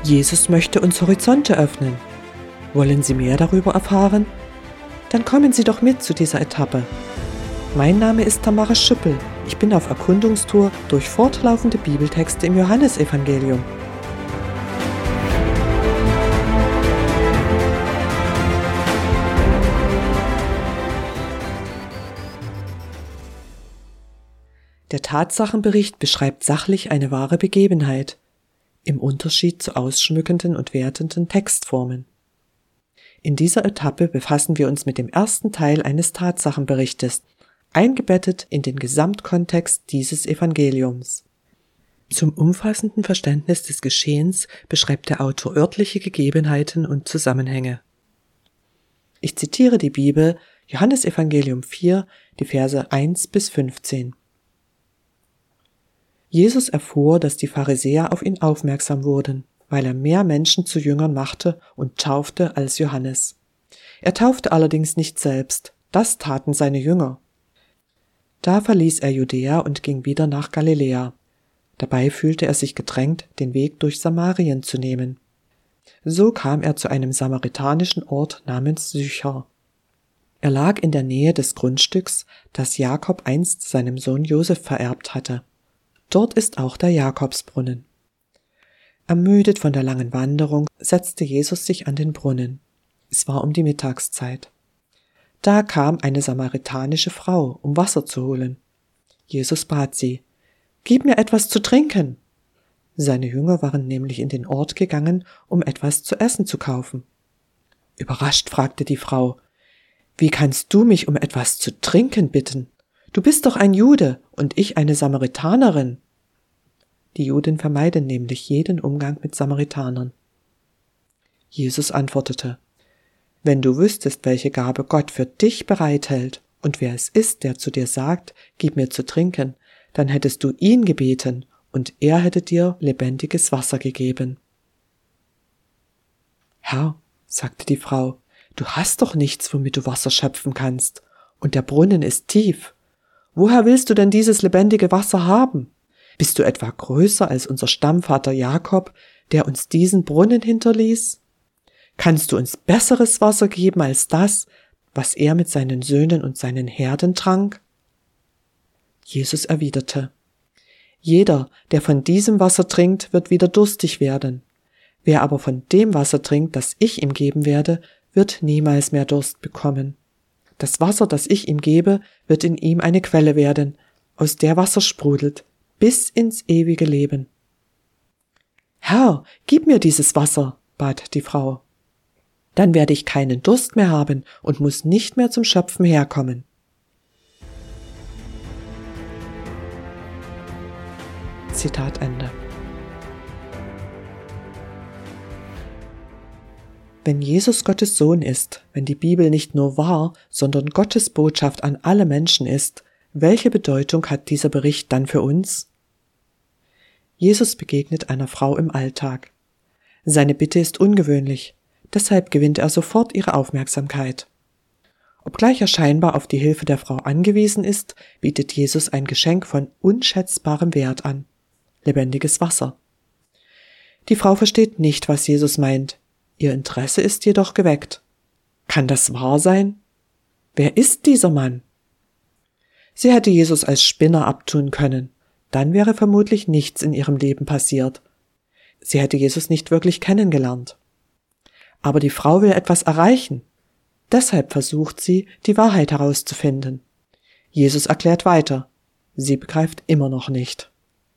Jesus möchte uns Horizonte öffnen. Wollen Sie mehr darüber erfahren? Dann kommen Sie doch mit zu dieser Etappe. Mein Name ist Tamara Schüppel. Ich bin auf Erkundungstour durch fortlaufende Bibeltexte im Johannesevangelium. Der Tatsachenbericht beschreibt sachlich eine wahre Begebenheit, im Unterschied zu ausschmückenden und wertenden Textformen. In dieser Etappe befassen wir uns mit dem ersten Teil eines Tatsachenberichtes, eingebettet in den Gesamtkontext dieses Evangeliums. Zum umfassenden Verständnis des Geschehens beschreibt der Autor örtliche Gegebenheiten und Zusammenhänge. Ich zitiere die Bibel, Johannesevangelium 4, die Verse 1 bis 15. Jesus erfuhr, dass die Pharisäer auf ihn aufmerksam wurden, weil er mehr Menschen zu Jüngern machte und taufte als Johannes. Er taufte allerdings nicht selbst, das taten seine Jünger. Da verließ er Judäa und ging wieder nach Galiläa. Dabei fühlte er sich gedrängt, den Weg durch Samarien zu nehmen. So kam er zu einem samaritanischen Ort namens Sychar. Er lag in der Nähe des Grundstücks, das Jakob einst seinem Sohn Josef vererbt hatte. Dort ist auch der Jakobsbrunnen. Ermüdet von der langen Wanderung setzte Jesus sich an den Brunnen. Es war um die Mittagszeit. Da kam eine samaritanische Frau, um Wasser zu holen. Jesus bat sie: »Gib mir etwas zu trinken!« Seine Jünger waren nämlich in den Ort gegangen, um etwas zu essen zu kaufen. Überrascht fragte die Frau: »Wie kannst du mich um etwas zu trinken bitten? Du bist doch ein Jude und ich eine Samaritanerin.« Die Juden vermeiden nämlich jeden Umgang mit Samaritanern. Jesus antwortete: »Wenn du wüsstest, welche Gabe Gott für dich bereithält und wer es ist, der zu dir sagt, gib mir zu trinken, dann hättest du ihn gebeten und er hätte dir lebendiges Wasser gegeben.« »Herr«, sagte die Frau, »du hast doch nichts, womit du Wasser schöpfen kannst, und der Brunnen ist tief. Woher willst du denn dieses lebendige Wasser haben? Bist du etwa größer als unser Stammvater Jakob, der uns diesen Brunnen hinterließ? Kannst du uns besseres Wasser geben als das, was er mit seinen Söhnen und seinen Herden trank?« Jesus erwiderte: »Jeder, der von diesem Wasser trinkt, wird wieder durstig werden. Wer aber von dem Wasser trinkt, das ich ihm geben werde, wird niemals mehr Durst bekommen. Das Wasser, das ich ihm gebe, wird in ihm eine Quelle werden, aus der Wasser sprudelt, bis ins ewige Leben.« »Herr, gib mir dieses Wasser«, bat die Frau. »Dann werde ich keinen Durst mehr haben und muss nicht mehr zum Schöpfen herkommen.« Zitat Ende. Wenn Jesus Gottes Sohn ist, wenn die Bibel nicht nur wahr, sondern Gottes Botschaft an alle Menschen ist, welche Bedeutung hat dieser Bericht dann für uns? Jesus begegnet einer Frau im Alltag. Seine Bitte ist ungewöhnlich, deshalb gewinnt er sofort ihre Aufmerksamkeit. Obgleich er scheinbar auf die Hilfe der Frau angewiesen ist, bietet Jesus ein Geschenk von unschätzbarem Wert an: lebendiges Wasser. Die Frau versteht nicht, was Jesus meint. Ihr Interesse ist jedoch geweckt. Kann das wahr sein? Wer ist dieser Mann? Sie hätte Jesus als Spinner abtun können. Dann wäre vermutlich nichts in ihrem Leben passiert. Sie hätte Jesus nicht wirklich kennengelernt. Aber die Frau will etwas erreichen. Deshalb versucht sie, die Wahrheit herauszufinden. Jesus erklärt weiter. Sie begreift immer noch nicht.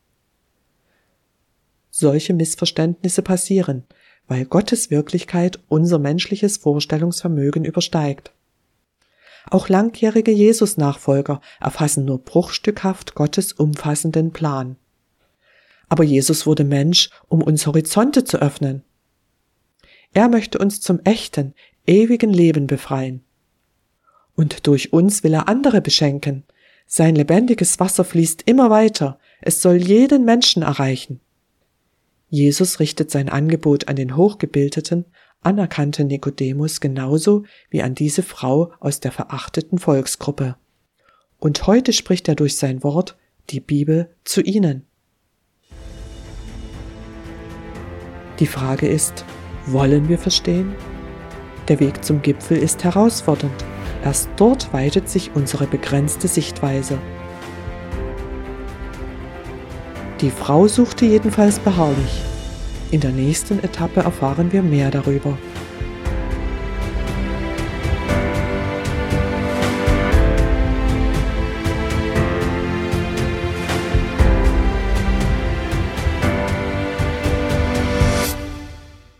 Solche Missverständnisse passieren, weil Gottes Wirklichkeit unser menschliches Vorstellungsvermögen übersteigt. Auch langjährige Jesus-Nachfolger erfassen nur bruchstückhaft Gottes umfassenden Plan. Aber Jesus wurde Mensch, um uns Horizonte zu öffnen. Er möchte uns zum echten, ewigen Leben befreien. Und durch uns will er andere beschenken. Sein lebendiges Wasser fließt immer weiter. Es soll jeden Menschen erreichen. Jesus richtet sein Angebot an den hochgebildeten, anerkannten Nikodemus genauso wie an diese Frau aus der verachteten Volksgruppe. Und heute spricht er durch sein Wort, die Bibel, zu ihnen. Die Frage ist, wollen wir verstehen? Der Weg zum Gipfel ist herausfordernd. Erst dort weitet sich unsere begrenzte Sichtweise. Die Frau suchte jedenfalls beharrlich. In der nächsten Etappe erfahren wir mehr darüber.